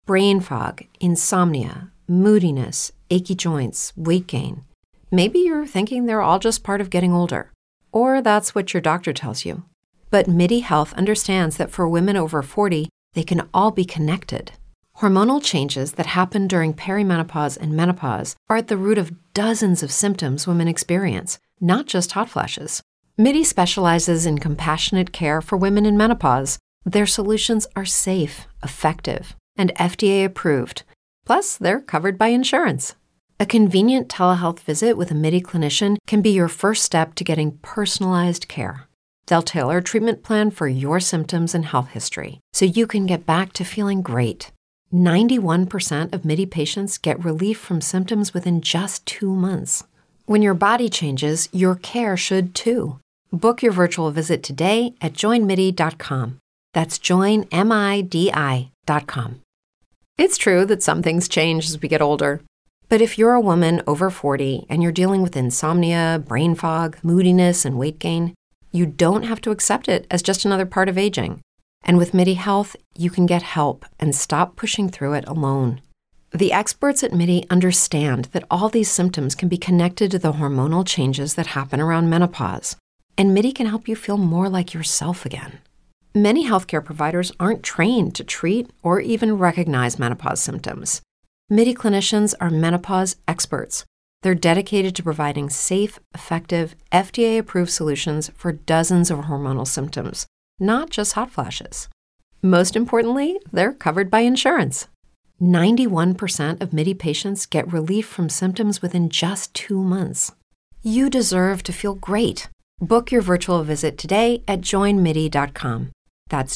brain fog, insomnia, moodiness, achy joints, weight gain. Maybe you're thinking they're all just part of getting older, or that's what your doctor tells you. But MIDI Health understands that for women over 40, they can all be connected. Hormonal changes that happen during perimenopause and menopause are at the root of dozens of symptoms women experience, not just hot flashes. MIDI specializes in compassionate care for women in menopause. Their solutions are safe, effective, and FDA approved. Plus, they're covered by insurance. A convenient telehealth visit with a MIDI clinician can be your first step to getting personalized care. They'll tailor a treatment plan for your symptoms and health history so you can get back to feeling great. 91% of MIDI patients get relief from symptoms within just 2 months. When your body changes, your care should too. Book your virtual visit today at joinmidi.com. That's joinmidi.com. It's true that some things change as we get older. But if you're a woman over 40 and you're dealing with insomnia, brain fog, moodiness, and weight gain, you don't have to accept it as just another part of aging. And with MIDI Health, you can get help and stop pushing through it alone. The experts at MIDI understand that all these symptoms can be connected to the hormonal changes that happen around menopause, and MIDI can help you feel more like yourself again. Many healthcare providers aren't trained to treat or even recognize menopause symptoms. MIDI clinicians are menopause experts. They're dedicated to providing safe, effective, FDA-approved solutions for dozens of hormonal symptoms, not just hot flashes. Most importantly, they're covered by insurance. 91% of MIDI patients get relief from symptoms within just 2 months. You deserve to feel great. Book your virtual visit today at joinmidi.com. That's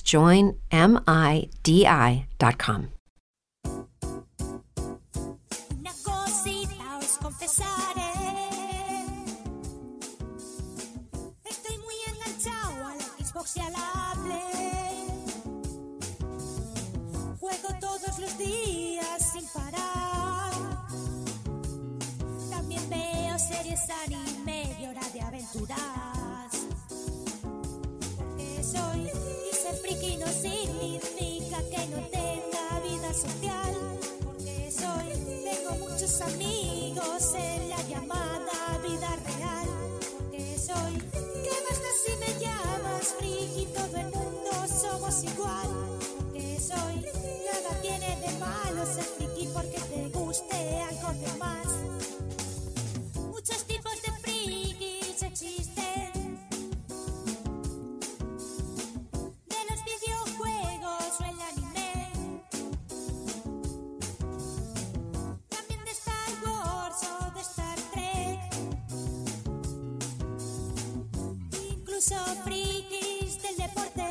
joinmidi.com. Una cosita os confesaré. Estoy muy enganchado a la Xbox y a la Play. Juego todos los días sin parar. También veo series anime y Hora de Aventuras. Porque soy y ser friki no significa que no tenga vida social. Porque soy, tengo muchos amigos en la llamada vida real. Porque soy, ¿qué más da si me llamas friki? Todo el mundo somos igual. Porque soy, nada tiene de malo ser friki porque te guste algo de más. Muchos tipos de frikis existen. De los videojuegos o el anime. También de Star Wars o de Star Trek. Incluso frikis del deporte.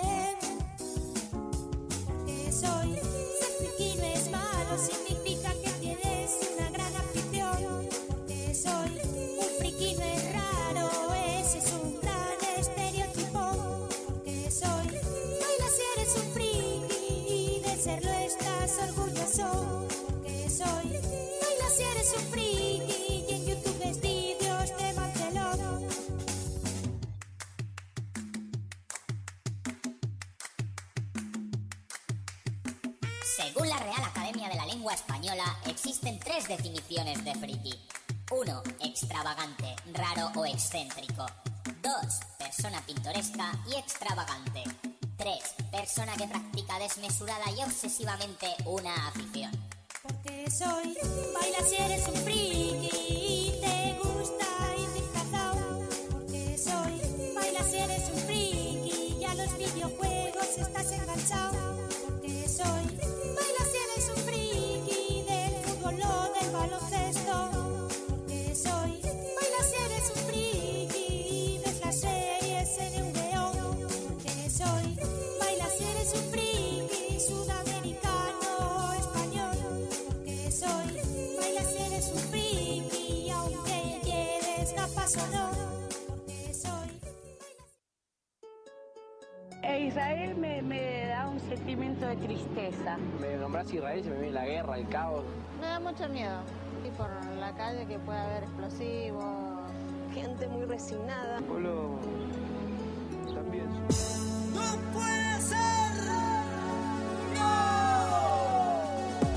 Porque soy, ser friki no es malo, significa que tienes una gran afición. Porque soy, un friki no es raro, ese es un gran estereotipo. Porque soy, baila si eres un friki y de serlo estás orgulloso. Porque soy, baila si eres un friki y en YouTube ves vídeos de Marcelón. Según la Real Academia de la Lengua Española, existen 3 definiciones de friki. 1. Extravagante, raro o excéntrico. 2. Persona pintoresca y extravagante. 3. Persona que practica desmesurada y obsesivamente una afición. Porque soy, baila si eres un friki y te gusta ir disfrazado. Porque soy, baila si eres un friki y a los videojuegos estás enganchado. Porque soy, baila si eres un friki del fútbol o del baloncesto. Porque soy, baila si eres un friki y ves las series en HBO. Porque soy, baila si eres un friki sudamericano o español. Porque soy, baila si eres un friki aunque lleves gafas o no. Porque soy, Israel me da un sentimiento de tristeza. Me nombras Israel y se me viene la guerra, el caos. Me da mucho miedo. Y por la calle que puede haber explosivos. Gente muy resignada. El pueblo también. ¡No puede ser! ¡No!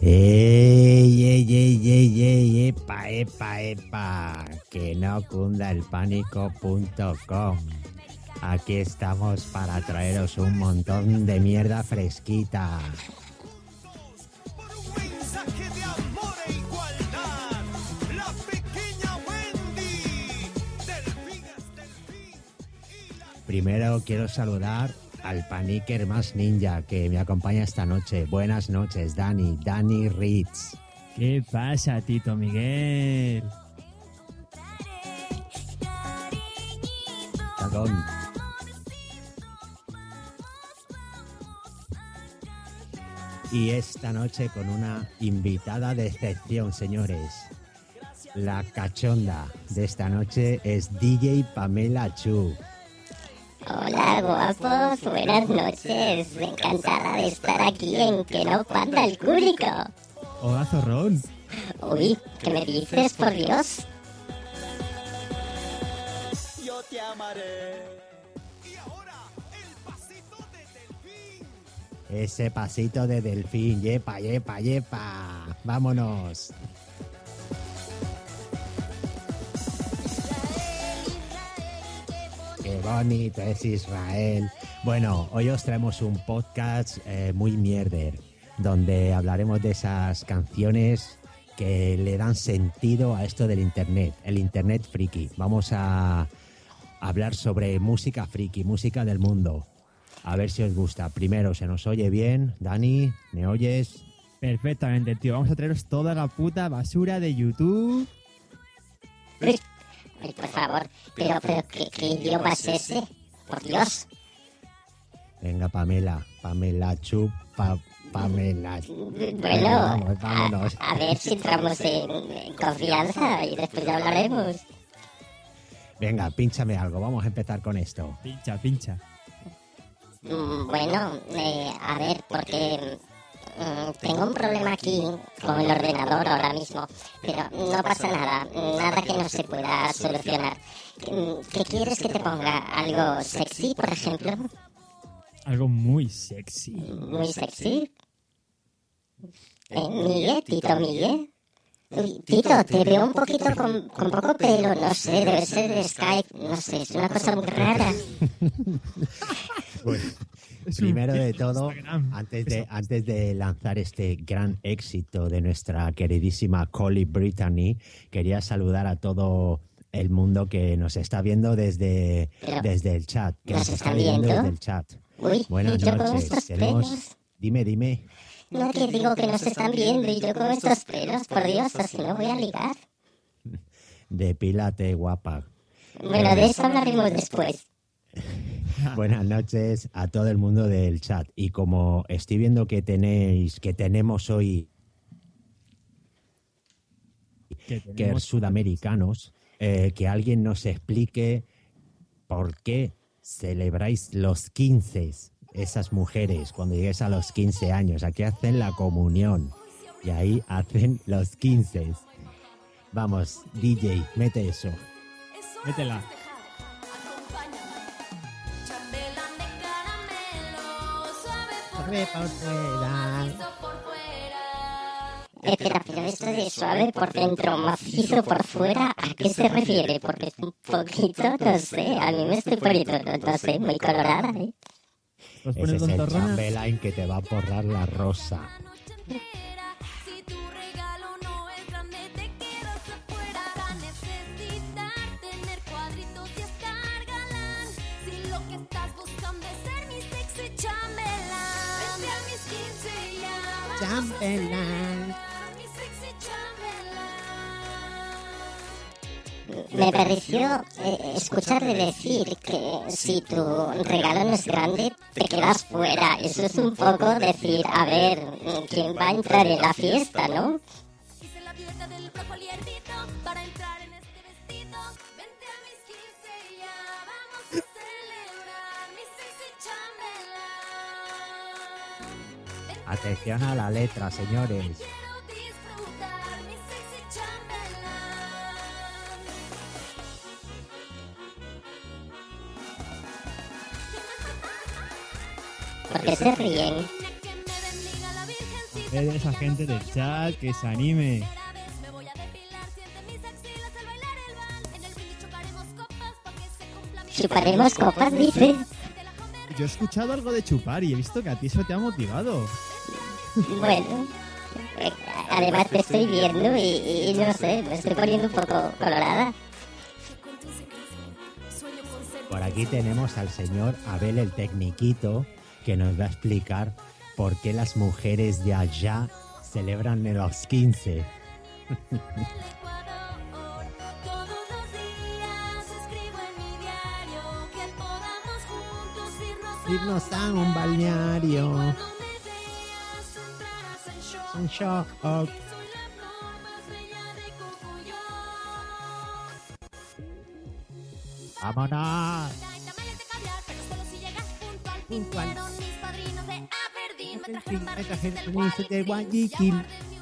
¡Ey, ey, ey, ey, ey! ¡Epa, epa, epa! Que no cunda el pánico.com. Aquí estamos para traeros un montón de mierda fresquita. Primero quiero saludar al paniquer más ninja que me acompaña esta noche. Buenas noches, Dani Ritz. ¿Qué pasa, Tito Miguel? Perdón. Y esta noche con una invitada de excepción, señores. La cachonda de esta noche es DJ Pamela Chu. Hola, guapos, buenas noches. Encantada de estar aquí en Que no panda el cúbico. Hola, zorrón. Uy, ¿qué me dices, por Dios? Yo te amaré. Ese pasito de delfín, yepa, yepa, yepa. Vámonos. Qué bonito es Israel. Bueno, hoy os traemos un podcast muy mierder, donde hablaremos de esas canciones que le dan sentido a esto del internet, el internet friki. Vamos a hablar sobre música friki, música del mundo. A ver si os gusta. Primero, ¿se nos oye bien? Dani, ¿me oyes? Perfectamente, tío. Vamos a traeros toda la puta basura de YouTube. Ay, por favor, pero ¿qué idioma es ese? Por Dios. Venga, Pamela Chu, Pamela. Bueno, vámonos. A ver si entramos en confianza y después ya hablaremos. Venga, pínchame algo. Vamos a empezar con esto. Pincha. Bueno, a ver, porque tengo un problema aquí con el ordenador ahora mismo, pero no pasa nada que no se pueda solucionar. ¿Qué quieres que te ponga? ¿Algo sexy, por ejemplo? Algo muy sexy. ¿Muy sexy? ¿Miguel? ¿Tito Miguel? Uy, Tito, te veo un poquito con poco pelo, no sé, debe ser de Skype, no sé, es una cosa muy rara. Bueno, primero de todo, antes de lanzar este gran éxito de nuestra queridísima Collie Brittany, quería saludar a todo el mundo que nos está viendo desde el chat. Que ¿Nos están viendo? Desde el chat. Uy, buenas ¿y yo noches. con estos Tenemos... pelos? Dime. No, que digo que nos están viendo y yo con estos pelos, por Dios, así no voy a ligar. Depílate, guapa. Bueno, de eso hablaremos después. Buenas noches a todo el mundo del chat. Y como estoy viendo que tenemos hoy que sudamericanos, que alguien nos explique por qué celebráis los 15, esas mujeres, cuando llegues a los 15 años. Aquí hacen la comunión y ahí hacen los 15. Vamos, DJ, mete eso. Métela. Suave por fuera. Espera, pero esto de suave por dentro, macizo por fuera, ¿a qué se refiere? Porque es un poquito, no sé, a mí me estoy poniendo, no sé, muy colorada, ¿eh? Ese es el Chamberlain que te va a borrar la rosa. Chamberlain. Me pareció escucharte decir que si tu regalo no es grande, te quedas fuera. Eso es un poco decir, a ver, ¿quién va a entrar en la fiesta, no? Atención a la letra, señores. ¿Por qué se ríen? Es de esa gente del chat que se anime. Chuparemos copas, dice. Yo he escuchado algo de chupar y he visto que a ti eso te ha motivado. Bueno, además te estoy viendo y no sé, me estoy poniendo un poco colorada. Por aquí tenemos al señor Abel el Tecniquito, que nos va a explicar por qué las mujeres de allá celebran los 15. Irnos a un balneario. Un shock. ¡Vámonos! Puntual. Me trajeron permiso de Guayaquil.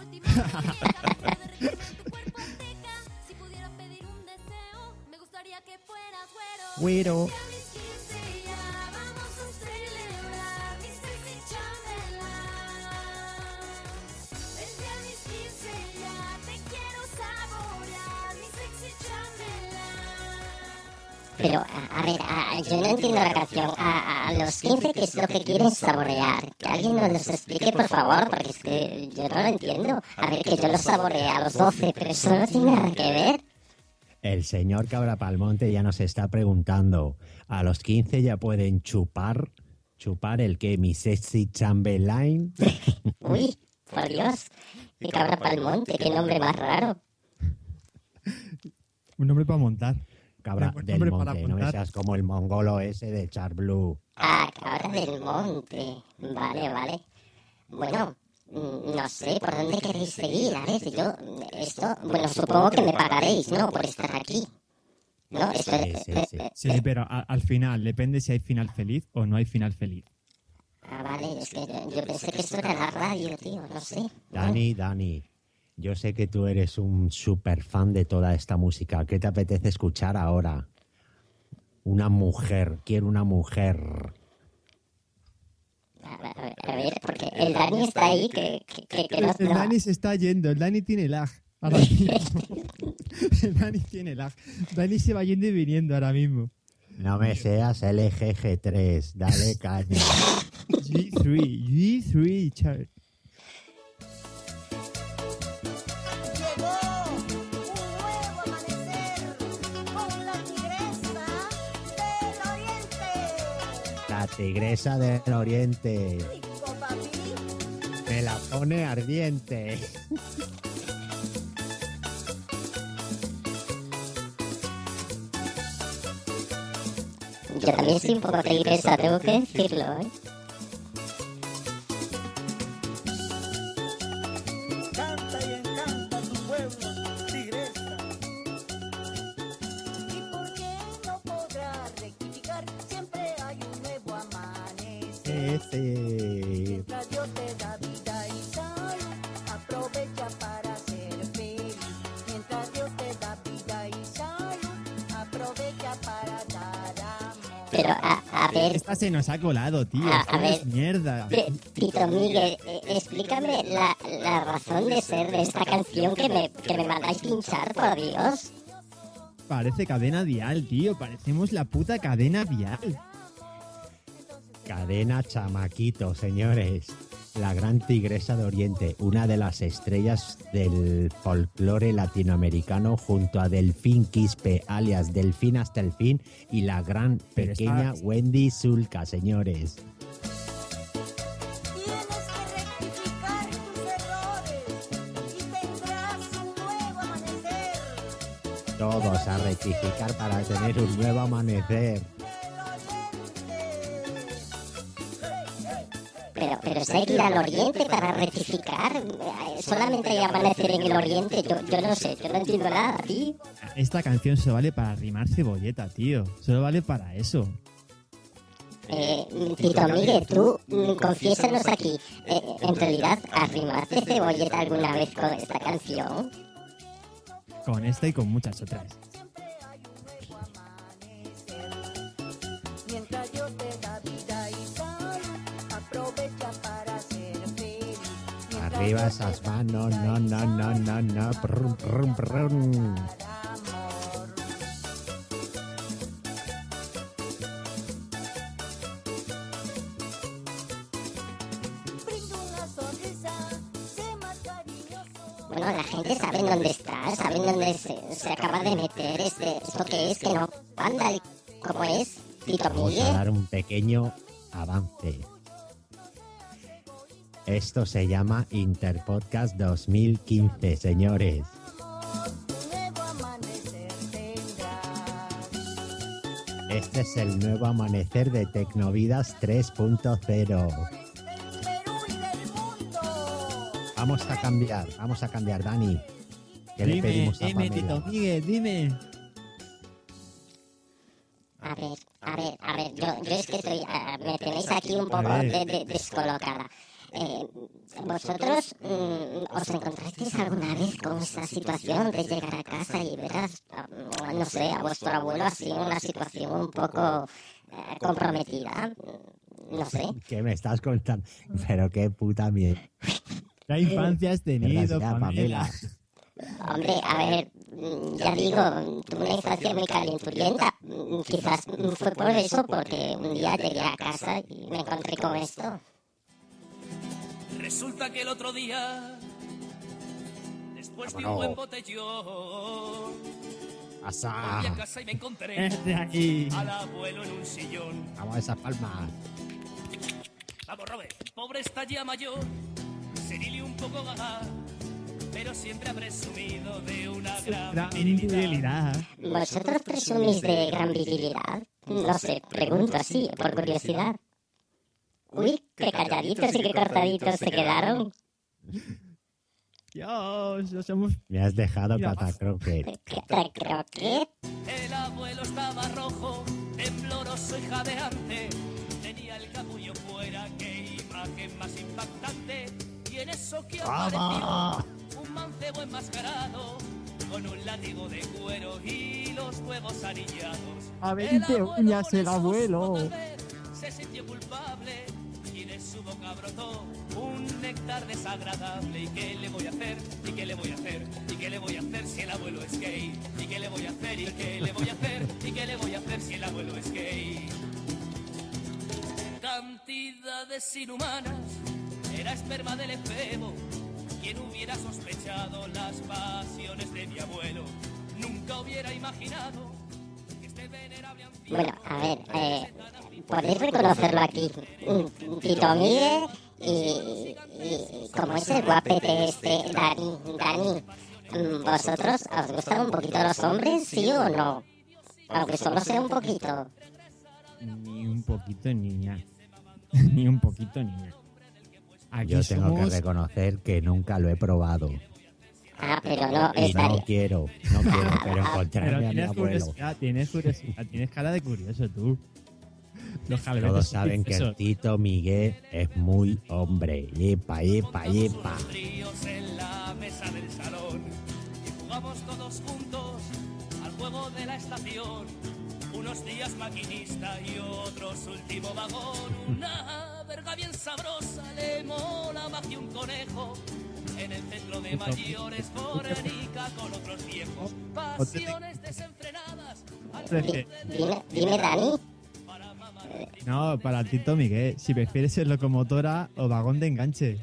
Güero. Pero, a ver, yo no entiendo la canción. A los 15, ¿qué es lo que quieren saborear? Que alguien nos lo explique, por favor, porque es que yo no lo entiendo. A ver, que yo lo saboreé a los 12, pero eso no tiene nada que ver. El señor Cabra Palmonte ya nos está preguntando, ¿a los 15 ya pueden chupar? ¿Chupar el qué? ¿Mi sexy Chamberlain? Uy, por Dios. Y Cabra Palmonte, qué nombre más raro. Un nombre para montar. Cabra del Monte, no me seas como el mongolo ese de Char Blue. Ah, Cabra del Monte. Vale, vale. Bueno, no sé, ¿por dónde queréis seguir? A ver, yo, esto, bueno, supongo que me pagaréis, ¿no? Por estar aquí. ¿No? Esto Sí. Sí, pero al final, depende si hay final feliz o no hay final feliz. Ah, vale, es que yo pensé que esto era la radio, tío, no sé. Dani, yo sé que tú eres un super fan de toda esta música. ¿Qué te apetece escuchar ahora? Una mujer, quiero una mujer. A ver, porque el Dani está ahí que no... El Dani se está yendo, el Dani tiene lag. Ahora mismo. El Dani tiene lag. Dani se va yendo y viniendo ahora mismo. No me seas LGG3, dale caña. G3, chat. La tigresa del oriente. Me la pone ardiente. Yo también soy un poco tigresa, tengo que decirlo, ¿eh? Canta y encanta tu pueblo, tigresa. ¿Y por qué no podrá rectificar? Siempre hay un nuevo amanecer. Mientras Dios te da vida y salud, aprovecha para ser feliz. Mientras Dios te da vida y salud, aprovecha para dar amor. Pero, a ver... Esta se nos ha colado, tío. A ver, es mierda. Tito Miguel, explícame la razón de ser de esta canción que me mandáis pinchar, por Dios. Parece cadena vial, tío. Parecemos la puta cadena vial. Cadena Chamaquito, señores. La gran tigresa de Oriente, una de las estrellas del folclore latinoamericano junto a Delfín Quispe, alias Delfín hasta el fin, y la gran pequeña Wendy Zulka, señores. Tienes que rectificar tus errores y tendrás un nuevo amanecer. Todos a rectificar para tener un nuevo amanecer. Pero si hay que ir al oriente para rectificar, solamente hay amanecer en el oriente, yo no sé, yo no entiendo nada, tío. Esta canción solo vale para rimar cebolleta, tío. Solo vale para eso. Tito Miguel, tú confiésanos aquí, ¿en realidad arrimaste cebolleta alguna vez con esta canción? Con esta y con muchas otras. Mientras Dios te da vida y salud, aprovecha para ser feliz. Arriba esas manos, no. Brum. Bueno, la gente sabe dónde está, sabe dónde se acaba de meter esto que es, que no anda, ¿cómo es? Tito Vamos Miguel. a dar un pequeño avance. Esto se llama Interpodcast 2015, señores. Este es el nuevo amanecer de Tecnovidas 3.0. Vamos a cambiar, Dani. ¿Qué le pedimos a Dime, Pamela? Tito Miguel, dime. A ver, yo es que estoy, me tenéis aquí un poco A ver. descolocada. ¿Vosotros os encontrasteis alguna vez con esta situación de llegar a casa y verás, no sé, a vuestro abuelo así en una situación un poco comprometida? No sé. ¿Qué me estás contando? Pero qué puta mierda. ¿Qué infancia has tenido, Gracias, Pamela? Hombre, a ver, ya digo, tuve una infancia muy calenturienta. Quizás fue por eso, porque un día llegué a casa y me encontré con esto. Resulta que el otro día, después de un buen botellón, Pasa. volví a casa y me encontré Este aquí. al abuelo en un sillón. Vamos a esas palmas. Vamos, Robert, pobre está ya mayor, senil y un poco gaga, pero siempre ha presumido de una gran virilidad. ¿Vosotros presumís de gran virilidad? No sé, pregunto así, por curiosidad. Uy, qué calladitos y qué cortaditos se quedaron. Dios, ya somos... Me has dejado Mira. catacroquet. Creo que... El abuelo estaba rojo, tembloroso y jadeante, tenía el capullo fuera, qué imagen más impactante, y en eso que apareció un mancebo enmascarado, con un látigo de cuero y los huevos anillados. A 20 uñas el abuelo. Se sintió culpable y de su boca brotó un néctar desagradable. ¿Y qué le voy a hacer? ¿Y qué le voy a hacer? ¿Y qué le voy a hacer si el abuelo es gay? ¿Y qué le voy a hacer? ¿Y qué le voy a hacer? ¿Y qué le voy a hacer si el abuelo es gay? Cantidades inhumanas, era esperma del efebo. ¿Quién hubiera sospechado las pasiones de mi abuelo? Nunca hubiera imaginado que este venerable anciano... Bueno, a ver, podéis reconocerlo aquí. Tito Miguel y como es el guapete este, Dani. ¿Vosotros os gustan un poquito los hombres, sí o no? Aunque solo sea un poquito. Ni un poquito, niña. Ni un poquito, niña. Aquí Yo tengo que somos... reconocer que nunca lo he probado. Ah, pero no, Y estaría... no quiero, pero encontrarme Pero a mi abuelo. tienes curiosidad, tienes cara de curioso tú. Los jalbetes Todos son saben que el curiosos. Tito Miguel es muy hombre. Yepa. Unos tríos en la mesa del salón y jugamos todos juntos al juego de la estación. Unos días maquinista y otros último vagón. Una verga bien sabrosa le mola más que un conejo. En el centro de mayores fornica con otros viejos. Pasiones desenfrenadas. Dime, Dani. No, para el Tito Miguel, si prefieres ser locomotora o vagón de enganche.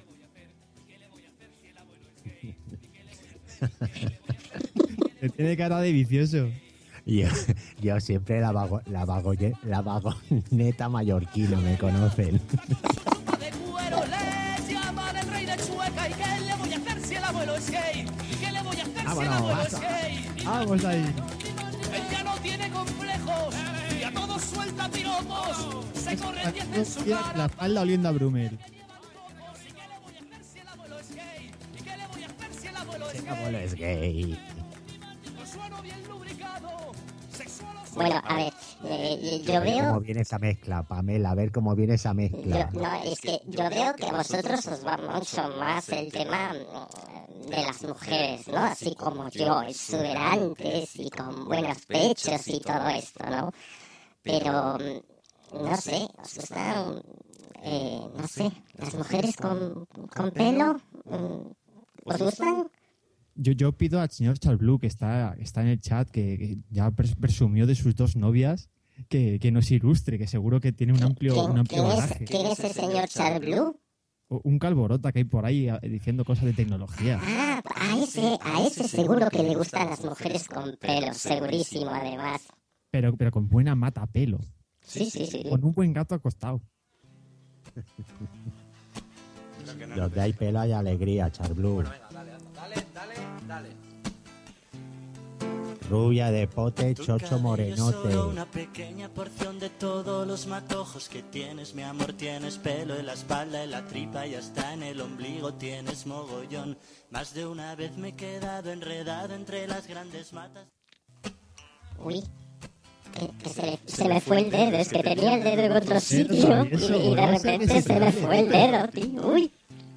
Te tiene cara de vicioso. Yo siempre la vagoneta mallorquina, me conocen. De cuero le llaman el rey de Chueca. ¿Y qué le voy a hacer si el abuelo es gay? ¿Y qué le voy a hacer si el Vámonos, abuelo es gay? Vamos ahí. Él ya no tiene complejos y a todos suelta piropos. Se corre el 10 en su Tira cara. la espalda oliendo a Brummel. ¿Y qué le voy a hacer si el abuelo es gay? ¿Y qué le voy a hacer si el abuelo es El gay? abuelo es gay. Con suelo bien lubricado, sexual o Bueno, a ver, yo A ver veo... cómo viene esa mezcla, Pamela, a ver cómo viene esa mezcla. No, es que yo veo que a vosotros os va mucho más el tema de las mujeres, ¿no? Así como yo, exuberantes y con buenos pechos y todo esto, ¿no? Pero, no sé, os gustan no sé, las mujeres con pelo, ¿os gustan? Yo pido al señor Charblue, que está en el chat, que ya presumió de sus 2 novias, que nos ilustre, que seguro que tiene un amplio bagaje. ¿Quién es el señor Charblue? Un calborota que hay por ahí diciendo cosas de tecnología. Ah, a ese seguro que le gustan las mujeres con pelo, segurísimo además. Pero con buena mata pelo. Sí. Con un buen gato acostado. Donde hay pelo hay alegría, Charblue. Bueno, venga, dale. Rubia de pote, chocho morenote. Solo una pequeña porción de todos los matojos que tienes, mi amor. Tienes pelo en la espalda, en la tripa y hasta en el ombligo tienes mogollón. Más de una vez me he quedado enredado entre las grandes matas. Uy, que se me fue el dedo, es que tenía el dedo en otro sitio y de repente se me fue el dedo, tío. Uy.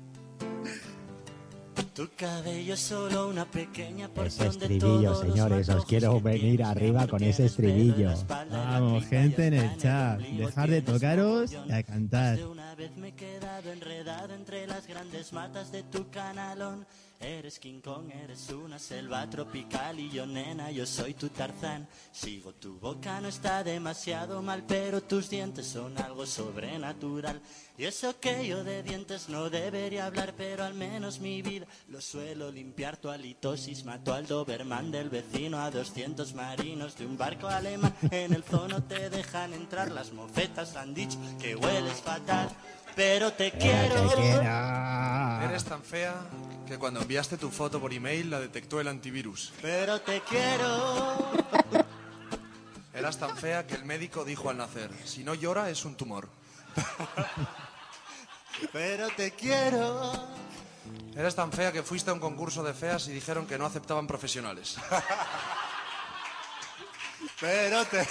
Tu cabello es solo una pequeña Ese porción de estribillo, todos los señores, os quiero venir arriba con ese estribillo. Vamos, gente en el chat, dejar de tocaros y a cantar. Una vez me he quedado enredado entre las grandes matas de tu canalón. Eres King Kong, eres una selva tropical y yo, nena, yo soy tu Tarzán. Sigo tu boca, no está demasiado mal, pero tus dientes son algo sobrenatural. Y eso que yo de dientes no debería hablar, pero al menos mi vida lo suelo limpiar. Tu halitosis mató al Doberman del vecino, a 200 marinos de un barco alemán. En el zoo no te dejan entrar, las mofetas han dicho que hueles fatal. Pero te quiero. Eres tan fea que cuando enviaste tu foto por email la detectó el antivirus. Pero te quiero. Eras tan fea que el médico dijo al nacer: si no llora es un tumor. Pero te quiero. Eres tan fea que fuiste a un concurso de feas y dijeron que no aceptaban profesionales. Pero te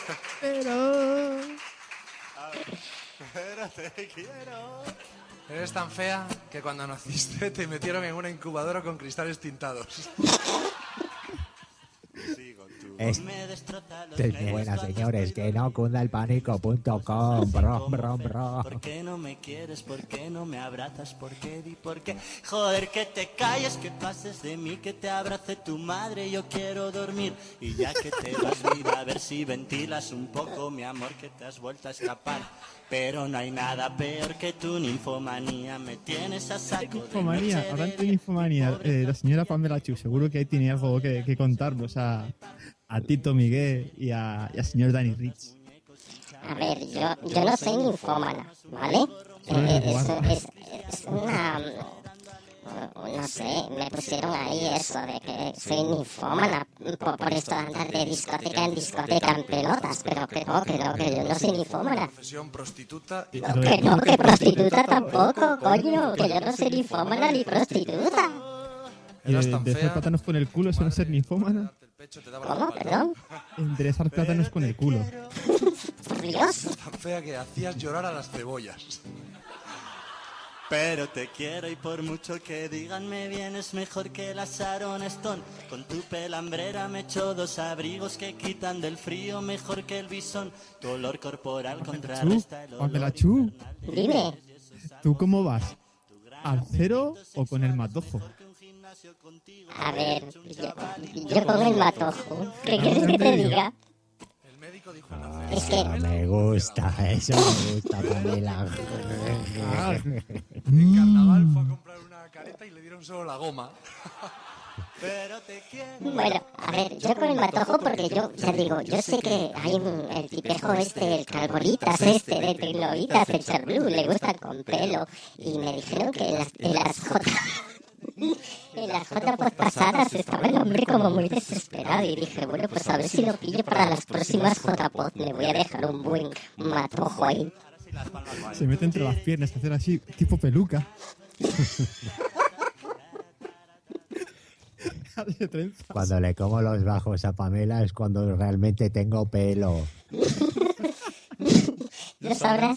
quiero. Eres tan fea que cuando naciste te metieron en una incubadora con cristales tintados. Es buena, señores, que no cunda el pánico.com. Bro. ¿Por qué no me quieres? ¿Por qué no me abrazas? ¿Por qué? ¿Por qué? Joder, que te calles, que pases de mí, que te abrace tu madre. Yo quiero dormir y ya que te vas, mira a ver si ventilas un poco, mi amor, que te has vuelto a escapar. Pero no hay nada peor que tu ninfomanía. Me tienes a saco de Ninfomanía, hablando de ninfomanía, la señora Pamela Chu seguro que ahí tiene algo que contarnos a Tito Miguel y a señor Danny Rich. A ver, yo no soy ninfómana, ¿vale? Es una... No sé, me pusieron ahí eso de que soy ninfómana por esto de andar de discoteca en discoteca en pelotas, pero que yo no soy ninfómana. Profesión prostituta. Que prostituta tampoco, coño, que yo no soy ninfómana ni prostituta. Enderezar plátanos con el culo, ¿eso no ser ninfómana? ¿Cómo? ¿Perdón? Enderezar plátanos con el culo. Por Dios. Es tan fea que hacías llorar a las cebollas. Pero te quiero y por mucho que digan me vienes mejor que la Sharon Stone. Con tu pelambrera me echo 2 abrigos que quitan del frío mejor que el bisón. Tu olor corporal contrarresta el olor. Pamela Chu, dime. ¿Tú cómo vas? ¿Al cero o con el matojo? A ver, yo con el matojo. ¿Qué quieres que te diga? Es que... me gusta, eso me gusta, Pamela. En carnaval fue a comprar una careta y le dieron solo la goma. Pero te quiero. Bueno, a ver, yo con el matojo porque yo, ya digo, yo sé que hay el tipejo el calbolitas de trilobitas, el Charblue, le gustan con pelo. Y me dijeron que en las J pasadas estaba el hombre como muy desesperado y dije, bueno, pues a ver si lo pillo para las próximas J-Pod, me voy a dejar un buen matojo ahí. Se mete entre las piernas, hacer así, tipo peluca. Cuando le como los bajos a Pamela es cuando realmente tengo pelo. Lo sabrás.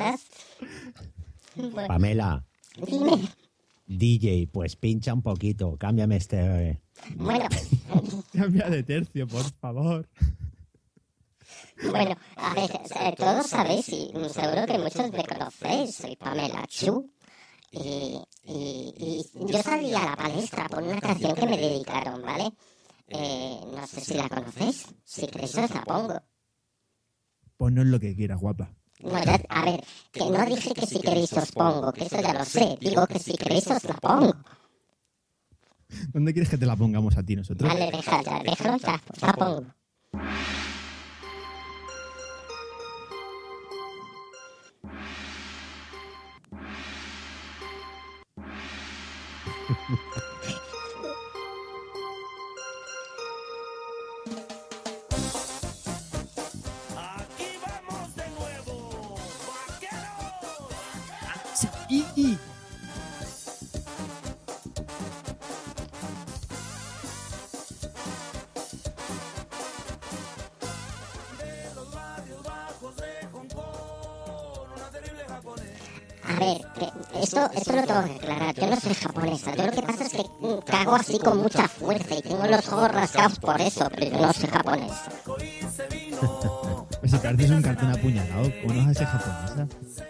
Bueno. Pamela. Dime. DJ, pues pincha un poquito, cámbiame este... Bueno. Cambia de tercio, por favor. Bueno, a ver, todos sabéis y seguro que muchos me conocéis, soy Pamela Chu. Y yo salí a la palestra por una canción que me dedicaron, ¿vale? No sé si la conocéis, si queréis os la pongo. Ponnos lo que quieras, guapa. No, ya, a ver, que no dije que si queréis os pongo, que eso ya lo sé, digo que si queréis os la pongo. ¿Dónde quieres que te la pongamos a ti nosotros? Vale, déjalo ya, pues la pongo. Sí. A ver, esto lo tengo que aclarar. Yo no soy japonesa. Yo lo que pasa es que cago así con mucha fuerza y tengo los ojos rasgados por eso, pero yo no soy japonesa. Pues si te haces un cartón apuñalado, ¿cómo no vas a ser japonesa?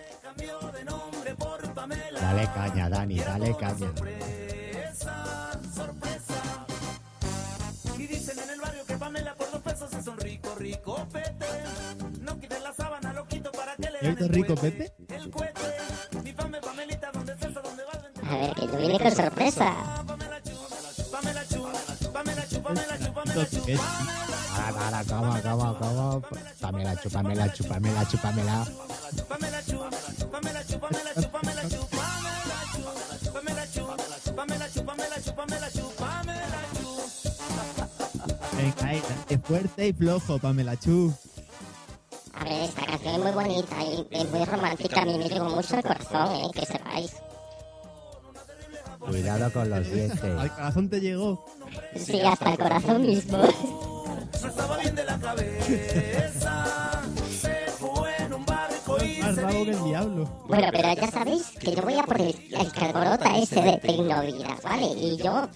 Dale caña, Dani, dale caña. Y dicen en el barrio que Pamela por 2 pesos es un rico, rico Pepe. No quites la sábana, loquito, para que le ¿Has visto rico Pepe? el cohete. Mi Pamelita, ¿dónde estás? ¿Dónde vas? A ver, que yo vine con sorpresa. Ahora, cama. Pamela, chúpamela. Venga, date fuerte y flojo, Pamela Chu. A ver, esta canción es muy bonita y es muy romántica. A mí me llegó mucho al corazón, que sepáis. Cuidado con los dientes. ¿Al corazón te llegó? Sí, hasta el corazón mismo. No estaba bien de la cabeza. Se fue en un barco y Más se rabo que el vino. diablo. Bueno, pero ya sabéis que yo voy a por el carborota ese de Tecnovidas, ¿vale? Y yo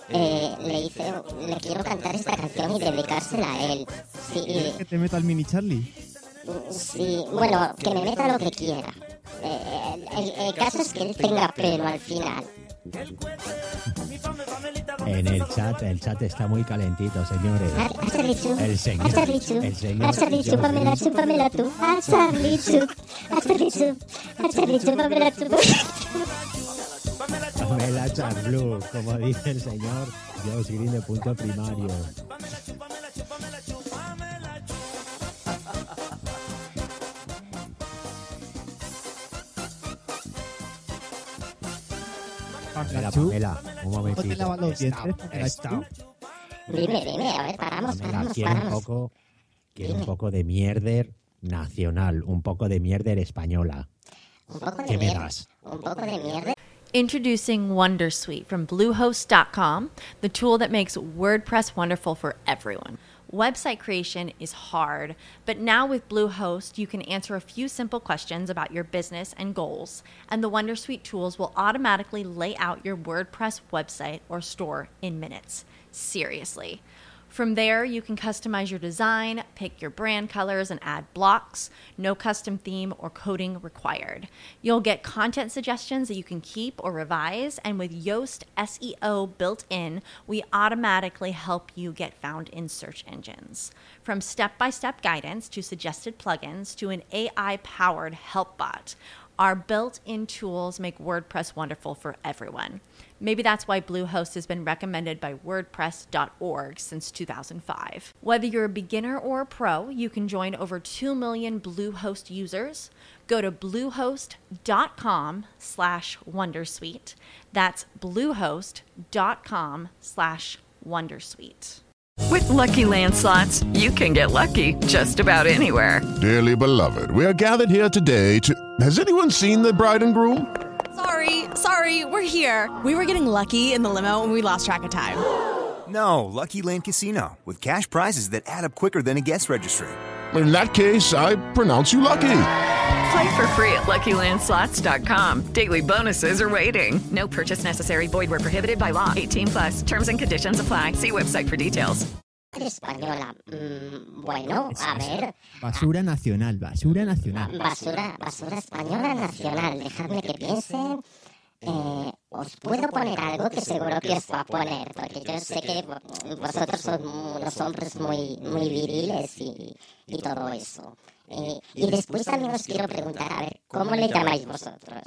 le quiero cantar esta canción y dedicársela a él. Sí, ¿Quieres que te meta al mini Charlie? sí, bueno, que me meta lo que quiera. El caso es que él tenga pelo al final. En el chat está muy calentito, señores. A Charlie Chu, El señor, a Charlie Chu, el señor a Charlie Chu, Pamela Chu, Pamela tú, a Charlie Chu, a Charlie Chu, a Charlie Chu, Pamela Chu. Pamela Charblue, como dice el señor Josh Green de Punto Primario. Pamela, un momentito. ¿No te lavas los dientes, Pamela Chu? Dime, a ver, paramos. Quiero un poco de mierder nacional, un poco de mierder española. Un poco ¿Qué de me mierda. das? Un poco de mierda. Introducing Wondersuite from Bluehost.com, the tool that makes WordPress wonderful for everyone. Website creation is hard, but now with Bluehost, you can answer a few simple questions about your business and goals, and the Wondersuite tools will automatically lay out your WordPress website or store in minutes. Seriously. From there, you can customize your design, pick your brand colors, and add blocks. No custom theme or coding required. You'll get content suggestions that you can keep or revise, and with Yoast SEO built in, we automatically help you get found in search engines. From step-by-step guidance to suggested plugins to an AI-powered help bot, our built-in tools make WordPress wonderful for everyone. Maybe that's why Bluehost has been recommended by WordPress.org since 2005. Whether you're a beginner or a pro, you can join over 2 million Bluehost users. Go to bluehost.com/wondersuite. That's bluehost.com/wondersuite. With Lucky Land Slots, you can get lucky just about anywhere. Dearly beloved, we are gathered here today to... Has anyone seen the bride and groom? Sorry, we're here. We were getting lucky in the limo and we lost track of time. No, Lucky Land Casino, with cash prizes that add up quicker than a guest registry. In that case, I pronounce you lucky. Play for free at LuckyLandSlots.com. Daily bonuses are waiting. No purchase necessary. Void where prohibited by law. 18+. Terms and conditions apply. See website for details. española. Bueno, a ver. Basura nacional. Basura española nacional. Dejadme que piense. Os puedo poner algo que seguro que os va a poner, porque yo sé que vosotros sois unos hombres muy viriles y todo eso. Y después también os quiero preguntar, a ver, ¿cómo le llamáis vosotros?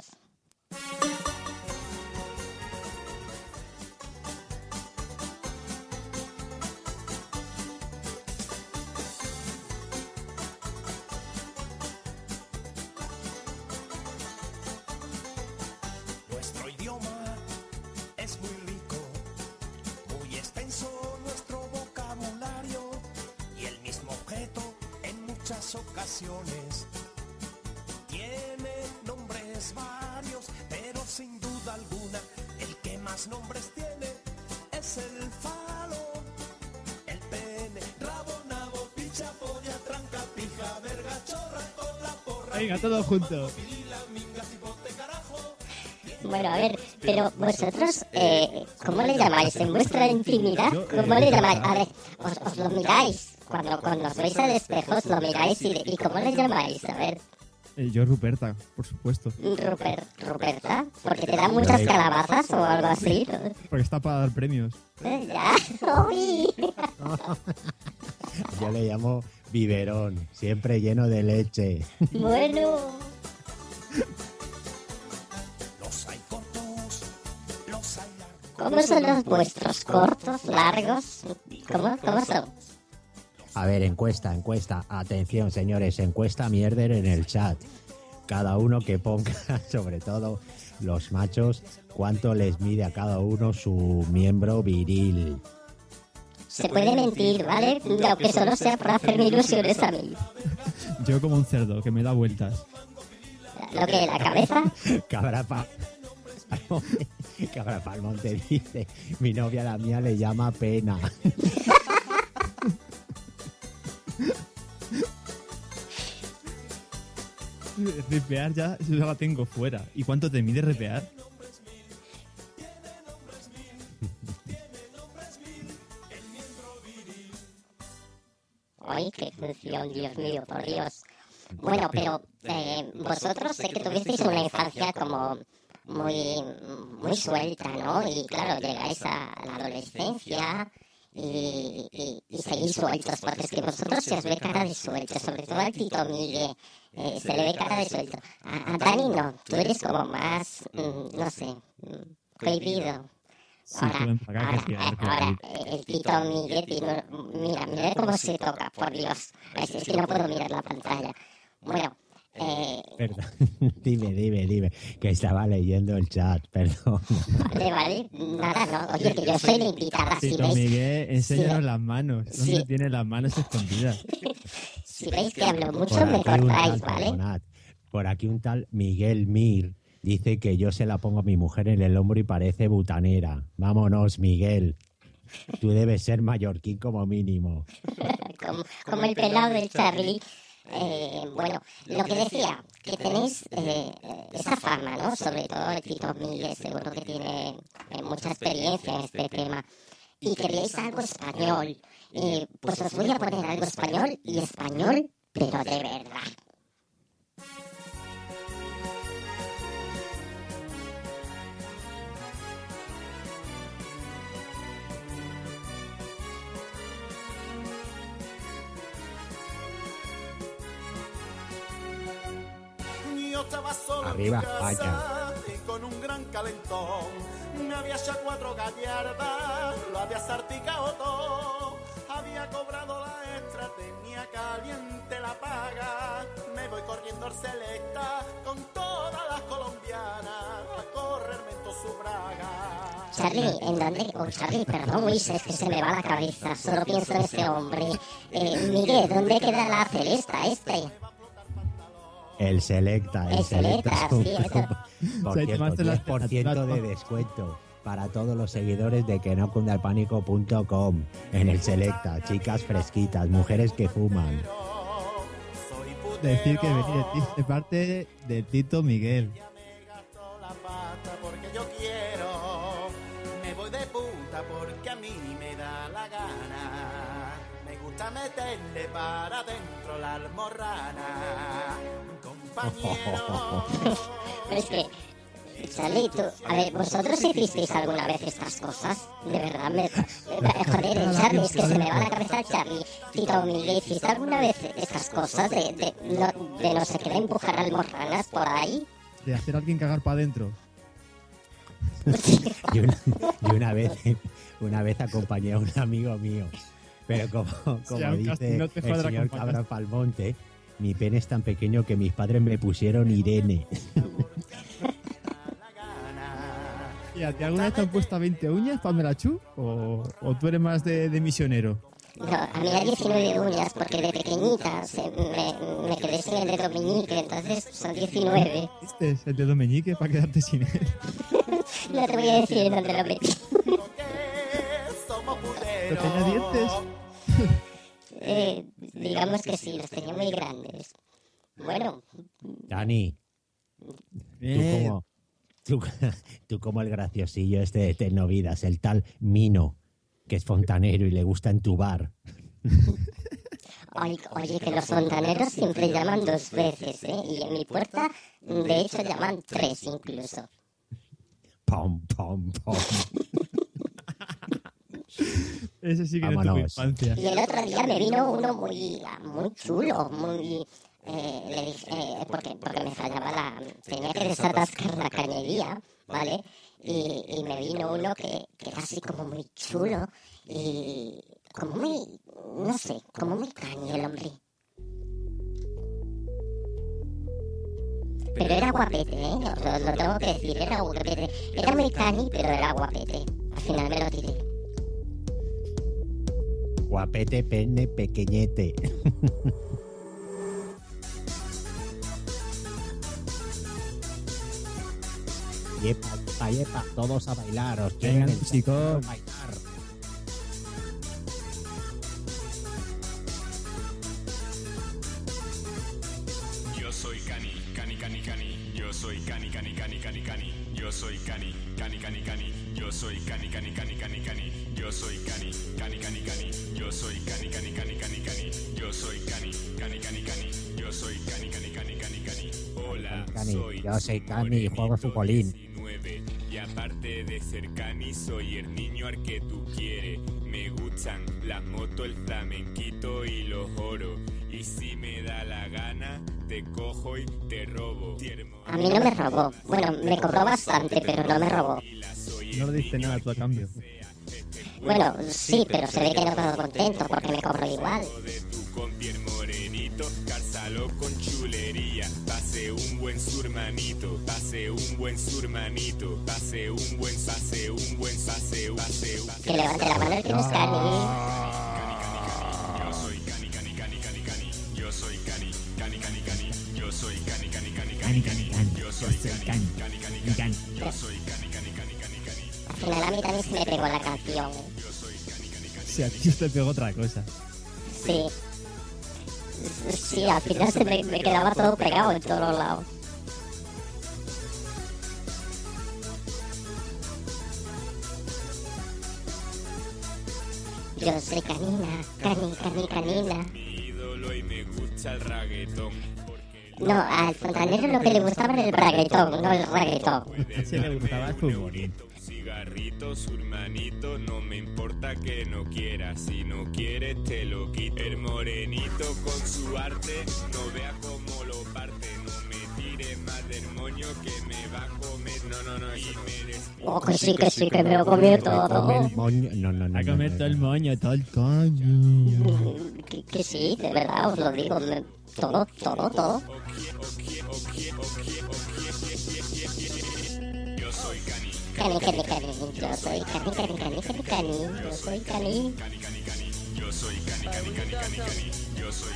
Nuestro idioma es muy rico, muy extenso nuestro vocabulario y el mismo objeto en muchas ocasiones tiene nombres varios, pero sin duda alguna el que más nombres tiene es el falo, el pene, rabo, nabo, picha, polla, tranca, pija, verga, chorra, con la porra. Venga, todo junto. Bueno, a ver, pero vosotros, ¿cómo le llamáis? ¿En vuestra intimidad? ¿Cómo le llamáis? A ver, os lo miráis. Cuando os veis al espejo, os lo miráis y ¿cómo le llamáis? A ver. Yo Ruperta, por supuesto. ¿Ruperta? ¿Porque te dan muchas calabazas o algo así? Porque está para dar premios. Ya, uy. Yo le llamo biberón, siempre lleno de leche. Bueno. ¿Cómo son los vuestros? ¿Cortos? ¿Largos? ¿Cómo son? A ver, encuesta. Atención, señores, encuesta mierder en el chat. Cada uno que ponga, sobre todo los machos, cuánto les mide a cada uno su miembro viril. Se puede mentir, ¿vale? Aunque solo sea para hacerme ilusiones a mí. Yo como un cerdo, que me da vueltas. ¿Lo que? ¿La cabeza? Cabra Palmonte dice, mi novia, la mía, le llama pena. Ripear ya la tengo fuera. ¿Y cuánto te mide ripear? Ay, qué función, Dios mío, por Dios. Bueno, pero vosotros sé que tuvisteis una infancia como muy suelta, ¿no? Y claro, llegáis a la adolescencia y seguís sueltos, porque es que vosotros se os ve cara de suelto, sobre todo al Tito Miguel, se le ve cara de suelto. A Dani no, tú eres como más, no sé, prohibido. Ahora, el Tito Miguel, mira cómo se toca, por Dios. Es que no puedo mirar la pantalla. Bueno, Perdón, dime, que estaba leyendo el chat, perdón. Vale, nada, no. Oye, que yo soy la invitada, si Tito veis... Miguel, enséñanos las manos. ¿Dónde tiene las manos escondidas? Si veis que hablo mucho, me cortáis, ¿vale? Perdonad, por aquí un tal Miguel Mir dice que yo se la pongo a mi mujer en el hombro y parece butanera. Vámonos, Miguel. Tú debes ser mallorquín como mínimo. como el pelado del Charlie. Bueno, lo que decía, que tenéis esa fama, ¿no? Sobre todo el Tito Miguel, seguro que tiene mucha experiencia en este tema. Y queríais algo español. Pues os voy a poner algo español, y español, pero de verdad. Yo estaba solo Arriba, en mi casa España. y con un gran calentón. Me había hecho 4 gallardas, lo había sarticado todo. Había cobrado la extra, tenía caliente la paga. Me voy corriendo al Selecta con todas las colombianas a correrme en todo su braga. Charlie, ¿en dónde? Oh, Charlie, perdón, Luis, es que se me va la cabeza. Solo pienso en ese hombre. Miguel, ¿dónde queda la Celesta El Selecta, El Selecta, es un sí, eso. Por Se cierto, llamaste la 10% de descuento para todos los seguidores de que no cunda el pánico.com en el Selecta. Chicas fresquitas, mujeres que fuman. Decir que venir de parte de Tito Miguel. Porque yo quiero, me voy de puta porque a mí me da la gana. gusta meterle para adentro la almorrana, compañero. Pero es que, Charlie, tú, a ver, ¿vosotros hicisteis alguna vez estas cosas? De verdad, joder, Charlie, es que se me va la cabeza el Charlie. Tito Miguel, ¿hiciste alguna vez estas cosas de no sé qué, de empujar almorranas por ahí? De hacer a alguien cagar para adentro. Yo una vez acompañé a un amigo mío, pero como dice no te el jodas, señor acompañas. Cabra Palmonte, mi pene es tan pequeño que mis padres me pusieron Irene. ¿Y a ti alguna vez te han puesto 20 uñas, Pamela Chu? ¿O tú eres más de misionero? No, a mí a 19 uñas, porque de pequeñita me quedé sin el dedo meñique, entonces son 19. Este es el dedo meñique para quedarte sin él. No te voy a decir dónde lo metí. ¿Pero tenía dientes? Digamos que sí, los tenía muy grandes. Bueno. Dani, tú como el graciosillo este de Tecnovidas, el tal Mino, que es fontanero y le gusta entubar. Oye, que los fontaneros siempre llaman 2 veces, ¿eh? Y en mi puerta, de hecho, llaman 3 incluso. Pom, pom, pom. Ese sí que no tuvo infancia. Y el otro día me vino uno muy chulo, muy... le dije, porque me fallaba tenía que desatascar la cañería, ¿vale? Y me vino uno que era así como muy chulo y como muy, no sé, como muy caño el hombre. Pero era guapete, ¿eh? Lo tengo que decir, era guapete. Era muy cañi, pero era guapete. Al final me lo tiré. Guapete, pene, pequeñete. Yepa, todos a bailar. Os quieren el chicos. Bailar. Yo soy Cani. Yo soy Cani. Yo soy Cani. Yo soy Cani. Yo soy Cani. Yo soy Cani. Yo soy Cani. Yo soy Cani. Hola, soy Yo soy Cani y juego futbolín. Y aparte de ser Cani, soy el niño al que tú quieres. Me gustan las motos, el flamenquito y los oros. Y si me da la gana, te cojo y te robo. A mí no me robó. Bueno, me cobró bastante, pero no me robó. No le diste nada tú a cambio. Bueno, sí, pero se ve que no quedó contento porque me cobró igual. Con piel morenito, cálzalo con chulería. Pase un buen surmanito, pase un buen surmanito, pase un buen. Que levante la mano el que no es Cani. Yo soy Cani. Yo soy Cani. Yo soy Cani. Yo soy Cani. Yo soy Cani. Al final a mí también se me pegó la canción. Sí, a ti te pegó otra cosa. Sí. Sí, al final se me quedaba todo pegado en todos los lados. Yo soy canina. Mi ídolo y me gusta el reggaetón. No, al fontanero lo que le gustaba era el reggaetón, no el reggaetón. Se le gustaba el fútbol. Cigarrito, surmanito, no me importa que no quieras. Si no quieres te lo quito. El morenito con su arte, no vea cómo lo parte. No me tires más del moño que me va a comer. No, y me Oh, que sí, que me lo comió todo. No. A comer todo el moño, todo el coño. Que sí, de verdad, os lo digo. Todo. Yo soy Cani. Cani. Yo soy Cani. Yo soy Cani. Yo soy Cani. Yo soy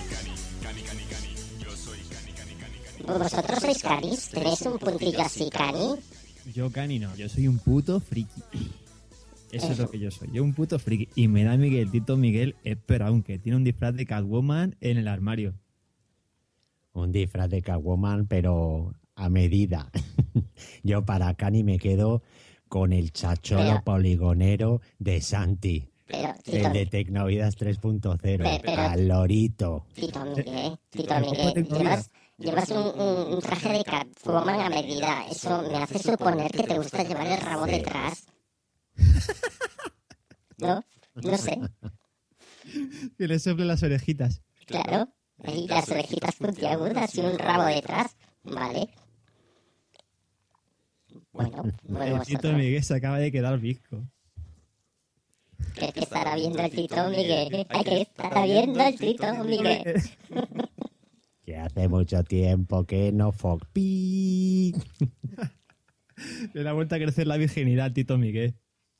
Cani. ¿Vosotros sois canis? ¿Tenéis un puntillo así, Cani? Yo Cani no, yo soy un puto friki. Eso es lo que yo soy, yo un puto friki. Y me da Tito Miguel, pero aunque tiene un disfraz de Catwoman en el armario. Un disfraz de Catwoman, pero a medida. Yo para Cani me quedo con el chacholo poligonero de Santi. Pero, El de Tecnovidas 3.0. Pero- Al lorito. Tito Miguel, llevas un traje de Catwoman a medida. Eso me hace suponer que te gusta llevar el rabo detrás. ¿No? No sé. Que le sople las orejitas. Claro. Ahí las orejitas puntiagudas y un rabo detrás. Vale. Bueno, El Tito Miguel se acaba de quedar visco. ¿Qué estará viendo el Tito Miguel? Hay que estar viendo el Tito Miguel. Que hace mucho tiempo que no pi. Le da vuelta a crecer la virginidad, Tito Miguel.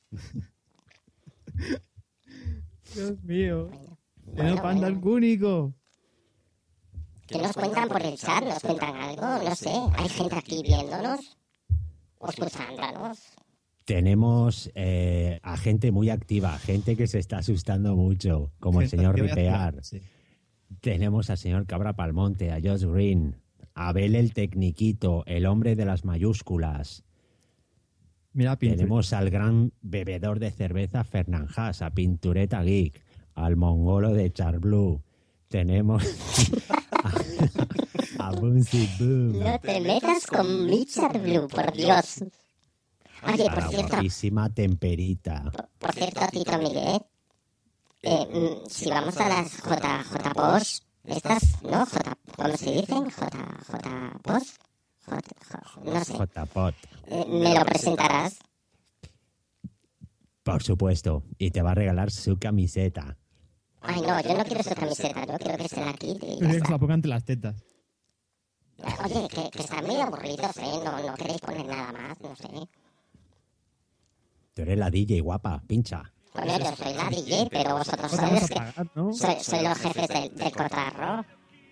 Dios mío. Bueno, Panda el único. ¿Qué nos cuentan por el chat? ¿Nos cuentan algo? No sé. ¿Hay gente aquí viéndonos? ¿O escuchándonos? Tenemos a gente muy activa, gente que se está asustando mucho, como el señor Ripear. Sí. Tenemos al señor Cabra Palmonte, a Josh Green, a Abel el Tecniquito, el hombre de las mayúsculas. Mira, Tenemos al gran bebedor de cerveza Fernán Haas, a Pintureta Geek, al mongolo de Charblue. Tenemos a Boomsy Boom. No te metas con Richard Blue, por Dios. Oye, A por la cierto, guapísima Temperita. por cierto, Tito Miguel, si vamos a las JPOS, estas, ¿no? ¿Cómo se dicen? JPOS. No sé. JPOT. ¿Me lo presentarás? Por supuesto. Y te va a regalar su camiseta. Ay, no, yo no quiero su camiseta, yo quiero que se la quite y ya Que se está. la ponga entre las tetas. Oye, que están medio aburridos, ¿eh? No queréis poner nada más, no sé. Tú eres la DJ guapa, pincha. Bueno, yo soy la DJ, pero vosotros Pues sois vamos los a que... pagar, ¿no? Soy los jefes del cotarro.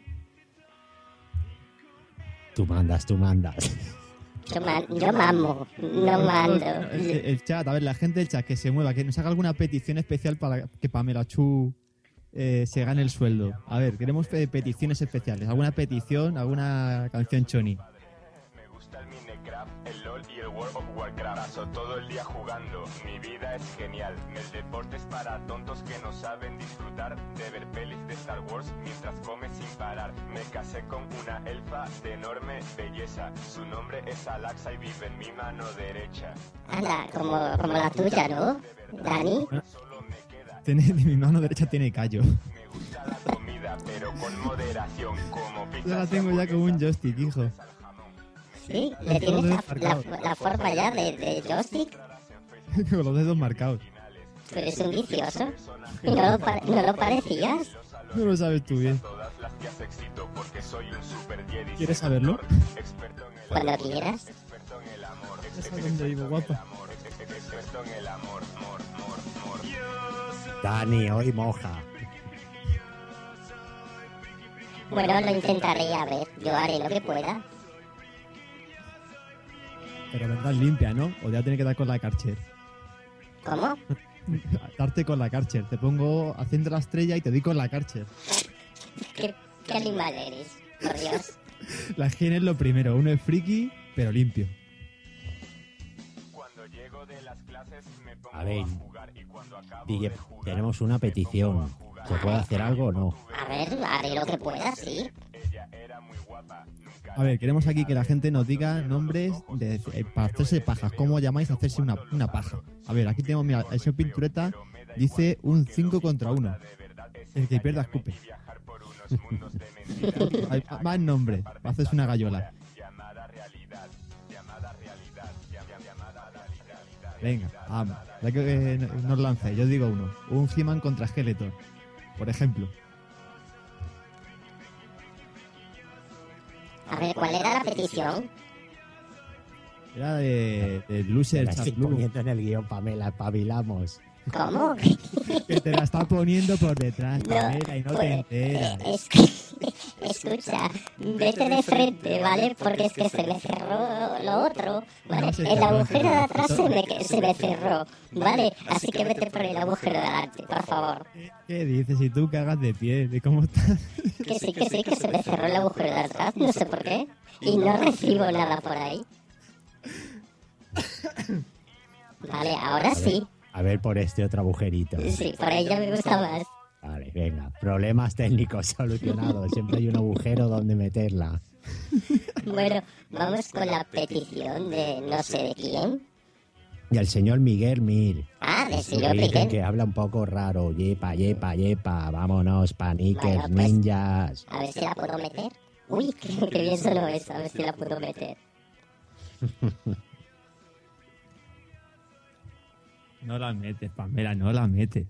Tú mandas, tú mandas. Yo mamo, no mando. El chat, a ver, la gente del chat que se mueva, que nos haga alguna petición especial para que Pamela Chu se gane el sueldo. A ver, queremos peticiones especiales. ¿Alguna petición? ¿Alguna canción choni? Me gusta el Minecraft, el LOL y el World of Warcraft. Paso todo el día jugando, mi vida es genial. El deporte es para tontos que no saben disfrutar de ver pelis de Star Wars mientras come sin parar. Me casé con una elfa de enorme belleza. Su nombre es Alaxa y vive en mi mano derecha. Anda, como la tuya, ¿no, Dani? De mi mano derecha tiene callo. Me gusta la comida, pero con moderación, como pizza. Yo la tengo ya como un joystick, hijo. ¿Sí? ¿Le tienes la forma ya de joystick? Con los dedos marcados. Tú eres un vicioso. ¿Y no lo parecías? No lo sabes tú bien. ¿Quieres saberlo? Cuando quieras. Ya sabes dónde vivo, guapa. Dani, hoy moja. Bueno, lo intentaré, a ver. Yo haré lo que pueda. Pero vendrás limpia, ¿no? O ya tiene que dar con la Karcher. ¿Cómo? Darte con la Karcher. Te pongo haciendo la estrella y te doy con la Karcher. ¿Qué animal eres? Por Dios. La higiene es lo primero. Uno es friki, pero limpio. A ver, DJ, tenemos una petición. ¿Se puede hacer algo o no? A ver, haré lo que pueda, sí. A ver, queremos aquí que la gente nos diga nombres para hacerse pajas. ¿Cómo llamáis a hacerse una paja? A ver, aquí tenemos, mira, el señor Pintureta dice un 5 contra 1. El que pierda escupe. Hay más nombres, para hacerse una gallola. Venga, vamos. Ya que nos lancéis, yo digo uno. Un He-Man contra Skeletor, por ejemplo. A ver, ¿cuál era la petición? Era de Loser La estoy Chat Blue. poniendo en el guión, Pamela, espabilamos. ¿Cómo? Que te la está poniendo por detrás, No, Pamela, y no te enteras. Escucha, vete de frente, ¿vale? Porque es que se me cerró lo otro, ¿vale? No se El cerró, agujero de atrás se se me cerró, ¿vale? Así que vete por el agujero de adelante, por favor. ¿Qué dices? Si tú cagas de pie, ¿de cómo estás? Que sí, que se me cerró el agujero de atrás, no sé por qué. Y no recibo nada por ahí. Vale, ahora sí. A ver por este otro agujerito. Sí, por ella me gusta más. Vale, venga. Problemas técnicos solucionados. Siempre hay un agujero donde meterla. Bueno, vamos con la petición de no sé de quién. Y el señor Miguel Mir. Ah, del señor Dicen Miguel. que habla un poco raro. Yepa, yepa, yepa. Vámonos, paniques, Bueno, pues, ninjas. A ver si la puedo meter. Uy, qué bien sonó eso. A ver si la puedo meter. No la metes, Pamela, no la metes.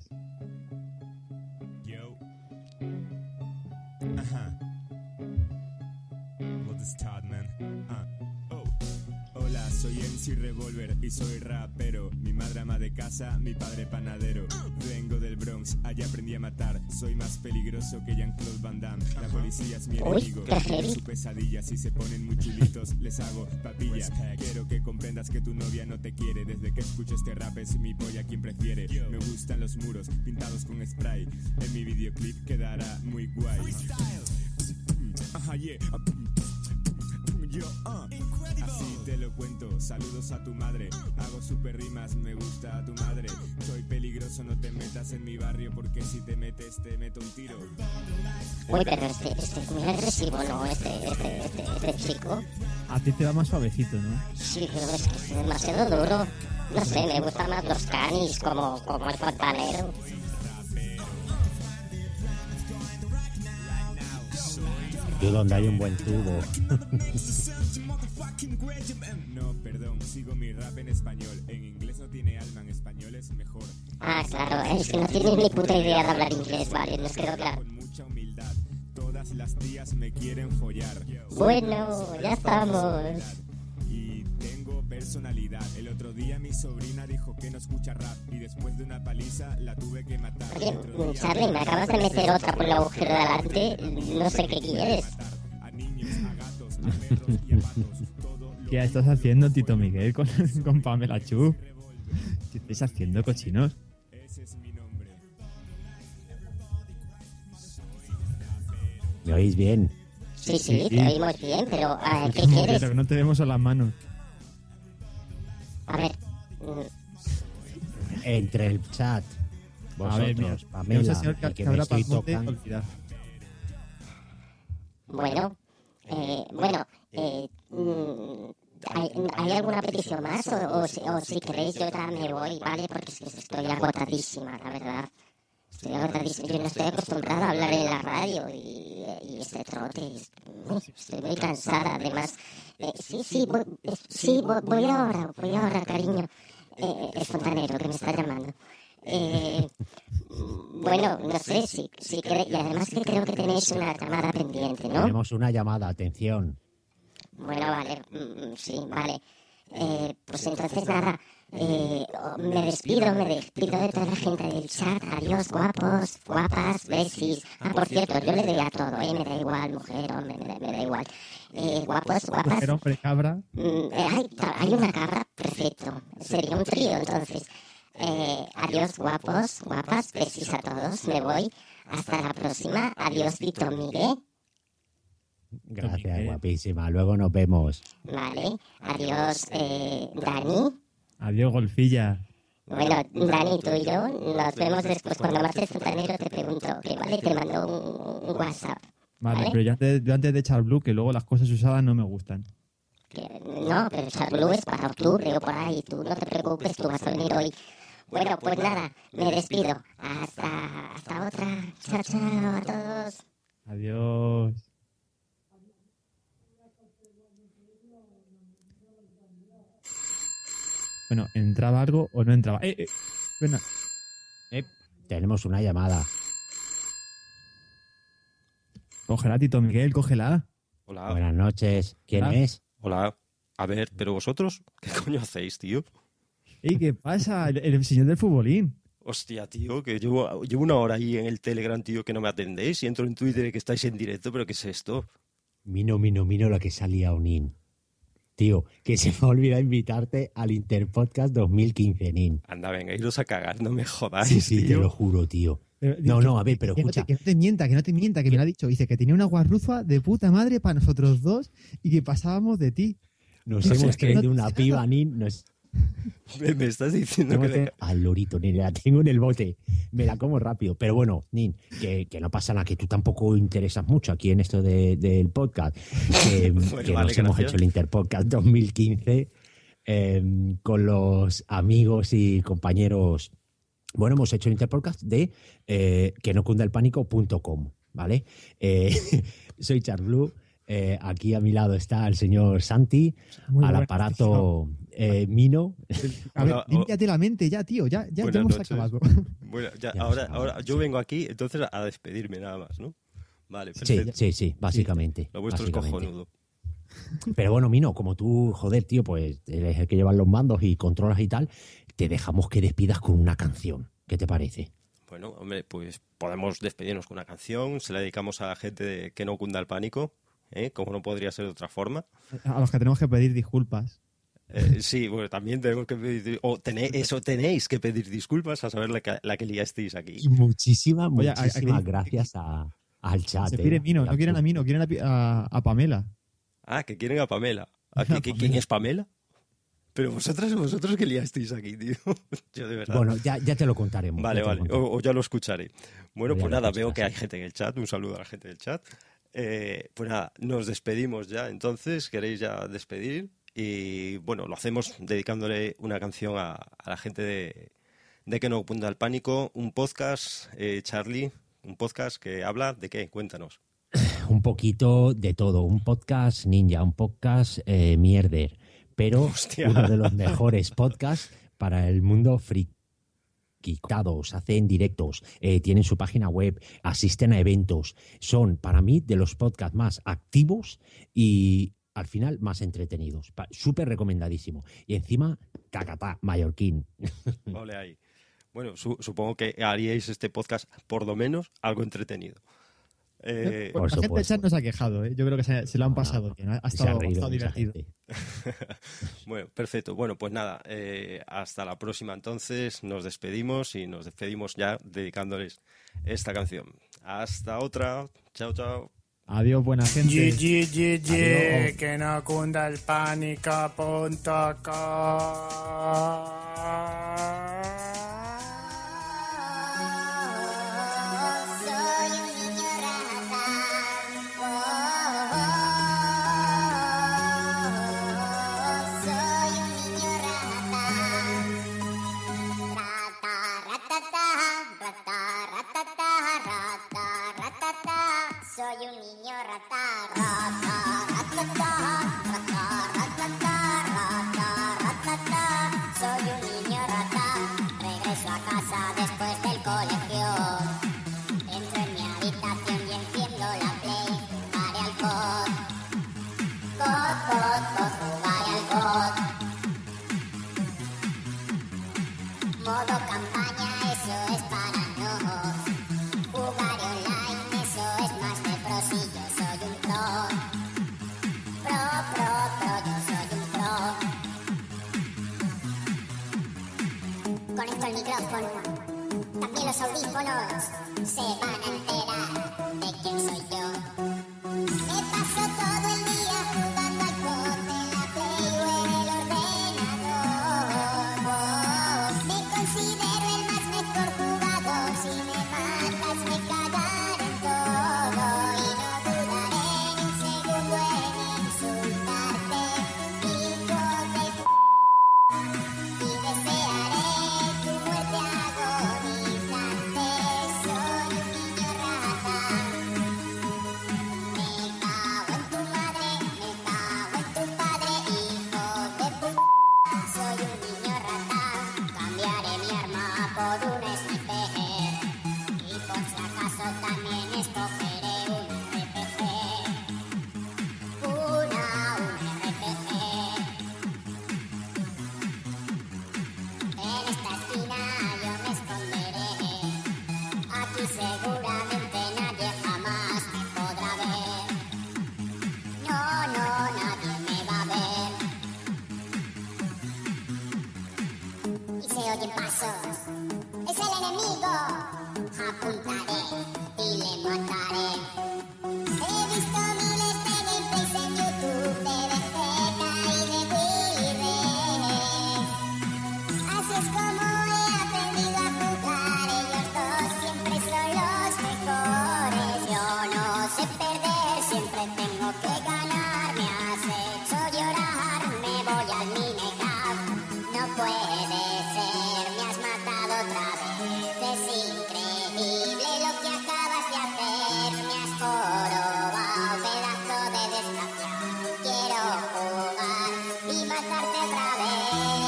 Yo. Ajá. Well, this is Todd, man. Oh. Hola, soy MC Revolver y soy rapero. Mi madre ama de casa, mi padre panadero. Vengo del Bronx, allá aprendí a matar. Soy más peligroso que Jean-Claude Van Damme. La policía es mi enemigo. Su pesadilla, si se ponen muy chulitos, les hago papilla. Quiero que comprendas que tu novia no te quiere. Desde que escucho este rap es mi polla quien prefiere. Me gustan los muros pintados con spray. En mi videoclip quedará muy guay. Ajá, yeah. Yo, así te lo cuento. Saludos a tu madre. Hago super rimas, me gusta a tu madre. Soy peligroso, no te metas en mi barrio, porque si te metes te meto un tiro. Uy, pero este es muy agresivo, ¿no? Este chico. A ti te va más suavecito, ¿no? Sí, pero es que es demasiado duro. No sé, me gustan más los canis como el fontanero. Yo donde hay un buen tubo. No, perdón, sigo mi rap en español. En inglés no tiene alma, en español es mejor. Ah, claro, es que no tienes ni puta idea de hablar inglés, vale, nos quedó claro. Con mucha humildad, todas las tías me quieren follar. Bueno, ya estamos. Y tengo personalidad. El otro día mi sobrina dijo que no escucha rap y después de una paliza la tuve que matar. Oye, Charlie, me acabas de meter otra por el agujero de adelante. No sé qué quieres. A niños, a gatos, a perros y a patos. ¿Qué estás haciendo, Tito Miguel, con Pamela Chu? ¿Qué estás haciendo, cochinos? Ese es mi nombre. ¿Me oís bien? Sí, te oímos bien, pero ¿qué quieres? Pero no te vemos a las manos. A ver. Entre el chat. A ver, mira, Vosotros, Pamela, no sé, señor, y que habrá me estoy Palmonte, tocando. olvidar. ¿Hay alguna petición más? O si queréis yo ya me voy, ¿vale? Porque es que estoy agotadísima, la verdad. Estoy agotadísima. Yo no estoy acostumbrada a hablar en la radio y este trote. Estoy muy cansada, además. Voy ahora, cariño. Es fontanero que me está llamando. Bueno, no sé si queréis. Y además que creo que tenéis una llamada pendiente, ¿no? Tenemos una llamada, atención. Bueno, vale, sí, vale. Pues entonces nada, me despido de toda la gente del chat. Adiós, guapos, guapas, besis. Ah, por cierto, yo le doy a todo, me da igual, mujer, hombre, me da igual. Guapos, guapas. Mujer, hombre, cabra. Hay una cabra, perfecto. Sería un trío, entonces. Adiós, guapos, guapas, besis a todos, me voy. Hasta la próxima. Adiós, Tito Miguel. Gracias, guapísima. Luego nos vemos. Vale. Adiós, Dani. Adiós, golfilla. Bueno, Dani, tú y yo nos vemos después. Cuando marches fontanero te pregunto, que vale, te mando un WhatsApp. Vale, pero yo antes de echar blue, que luego las cosas usadas no me gustan. No, pero echar blue es para octubre o por ahí. Tú no te preocupes, tú vas a venir hoy. Bueno, pues nada, me despido. Hasta otra. Chao, chao a todos. Adiós. Bueno, ¿entraba algo o no entraba? Bueno. Tenemos una llamada. Cógela, Tito Miguel, cógela. Hola. Buenas noches. ¿Quién es? Hola. A ver, ¿pero vosotros qué coño hacéis, tío? ¿Y qué pasa? El señor del futbolín. Hostia, tío, que llevo una hora ahí en el Telegram, tío, que no me atendéis. Y entro en Twitter que estáis en directo, ¿pero qué es esto? Mino, la que salía Onin. Tío, que se me ha olvidado invitarte al Interpodcast 2015, Nin. Anda, venga, iros a cagar, no me jodáis, Sí, tío. te lo juro, tío. No, a ver, pero escucha. Que no te mienta, que me lo ha dicho. Dice que tenía una guarrufa de puta madre para nosotros dos y que pasábamos de ti. Nos hemos creído una piba, Nin. Me estás diciendo al lorito, Nin, la tengo en el bote. Me la como rápido. Pero bueno, Nin, que no pasa nada, que tú tampoco interesas mucho aquí en esto del podcast. Que, bueno, que vale, nos hemos hecho el Interpodcast 2015 con los amigos y compañeros. Bueno, hemos hecho el Interpodcast de quenocundaelpánico.com, ¿vale? Soy Charblue. Aquí a mi lado está el señor Santi, al aparato Mino. A ver, límpiate la mente ya, tío, ya hemos acabado. Bueno, ahora yo vengo aquí entonces a despedirme nada más, ¿no? Vale, perfecto. Sí, básicamente. Lo vuestro es cojonudo. Pero bueno, Mino, como tú, joder, tío, pues eres el que lleva los mandos y controlas y tal, te dejamos que despidas con una canción. ¿Qué te parece? Bueno, hombre, pues podemos despedirnos con una canción, se la dedicamos a la gente de Que no cunda el pánico. Como no podría ser de otra forma. A los que tenemos que pedir disculpas. Sí, bueno, también tenemos que pedir... tenéis que pedir disculpas a saber la que liasteis aquí. Y muchísimas gracias al chat. Se pide Mino, no quieren a Mino, quieren a Pamela. Ah, que quieren a Pamela. ¿Quién es Pamela? Pero vosotros que liasteis aquí, tío. Yo de verdad. Bueno, ya te lo contaremos. Vale. O ya lo escucharé. Bueno, pues nada, veo que hay gente en el chat. Un saludo a la gente del chat. Pues nada, nos despedimos ya. Entonces, ¿queréis ya despedir? Y bueno, lo hacemos dedicándole una canción a la gente de Que no cunda el pánico. Un podcast, Charlie, un podcast que habla de qué, cuéntanos. Un poquito de todo, un podcast ninja, un podcast mierder, pero Hostia. Uno de los mejores podcasts para el mundo friki. Hacen directos, tienen su página web, asisten a eventos. Son, para mí, de los podcasts más activos y, al final, más entretenidos. Súper recomendadísimo. Y encima, cacatá, mallorquín. Ole ahí. Bueno, supongo que haríais este podcast, por lo menos, algo entretenido. La gente del chat no se ha quejado, ¿eh? Yo creo que se lo han pasado bien. Ha estado divertido. Bueno, perfecto. Bueno, pues nada, hasta la próxima entonces. Nos despedimos y nos despedimos ya dedicándoles esta canción. Hasta otra. Chao, chao. Adiós, buena gente. Adiós. Que no cunda el pánico.com. Soy un niño rata, rata, ratata, rata, ratata, rata, ratata. Soy un niño rata, regreso a casa después del colegio. Entro en mi habitación y enciendo la play, jugaré al COD. COD, jugaré al COD. Modo campaña, eso es para nos. Jugaré online, eso es más de pros y yo soy un pro. Pro, yo soy un pro. Conecto el micrófono, también los audífonos se van a enterar de quién soy yo. Me paso todo el día jugando al COD en la Play o en el ordenador. Me considero el más mejor jugador, si me matas me cagaré en todo y no dudaré ni un segundo en insultarte, hijo de p***, y desearé tu muerte agonizante. Soy un niño rata, me cago en tu madre, me cago en tu padre, hijo de p***. Soy un niño rata, cambiaré mi arma por un sniper y por si acaso también escogeré un RPG. Un RPG. En esta esquina yo me esconderé, aquí seguramente nadie jamás me podrá ver. No, nadie me va a ver. Y se oyen pasos, es el enemigo. Apuntaré y le mataré. He visto miles de gameplays en YouTube de Vegeta y de Willy Rex. tocarte otra vez.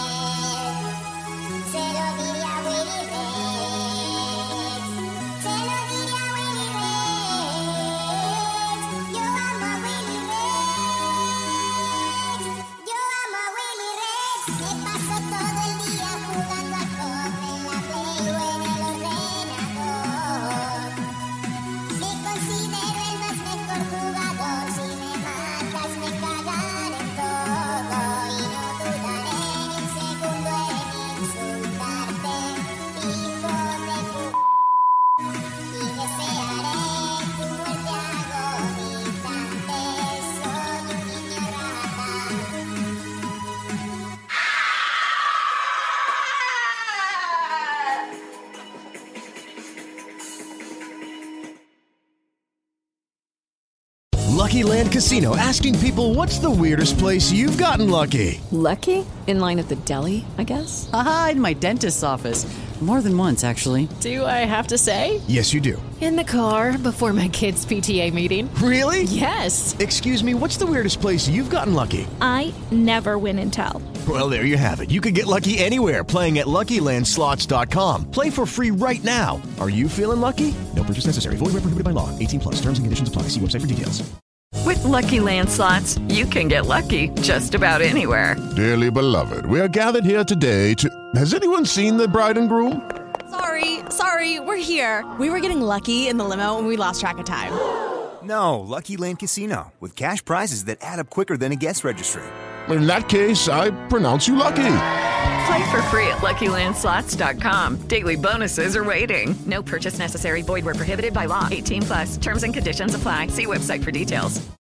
Se lo diría a Willy Rex. Se lo diría a Willy Rex. Yo amo a Willy Rex. Yo amo a Willy Rex. Me paso todo el día jugando al COD en la Play o en el ordenador. Me considero el más mejor jugador. Si me matas me cagaré en todo. Y no dudaré ni un segundo en insultarte, hijo de pu... Y desearé tu muerte agonizante. Soy un niño rata. Lucky Land Casino, asking people, what's the weirdest place you've gotten lucky? Lucky? In line at the deli, I guess? Aha, in my dentist's office. More than once, actually. Do I have to say? Yes, you do. In the car before my kids' PTA meeting. Really? Yes. Excuse me, what's the weirdest place you've gotten lucky? I never win and tell. Well, there you have it. You can get lucky anywhere, playing at LuckyLandSlots.com. Play for free right now. Are you feeling lucky? No purchase necessary. Void where prohibited by law. 18+. Terms and conditions apply. See website for details. With Lucky Land Slots, you can get lucky just about anywhere. Dearly beloved, we are gathered here today to... Has anyone seen the bride and groom? Sorry, we're here. We were getting lucky in the limo and we lost track of time. No, Lucky Land Casino, with cash prizes that add up quicker than a guest registry. In that case, I pronounce you lucky. Play for free at LuckyLandSlots.com. Daily bonuses are waiting. No purchase necessary. Void where prohibited by law. 18+. Terms and conditions apply. See website for details.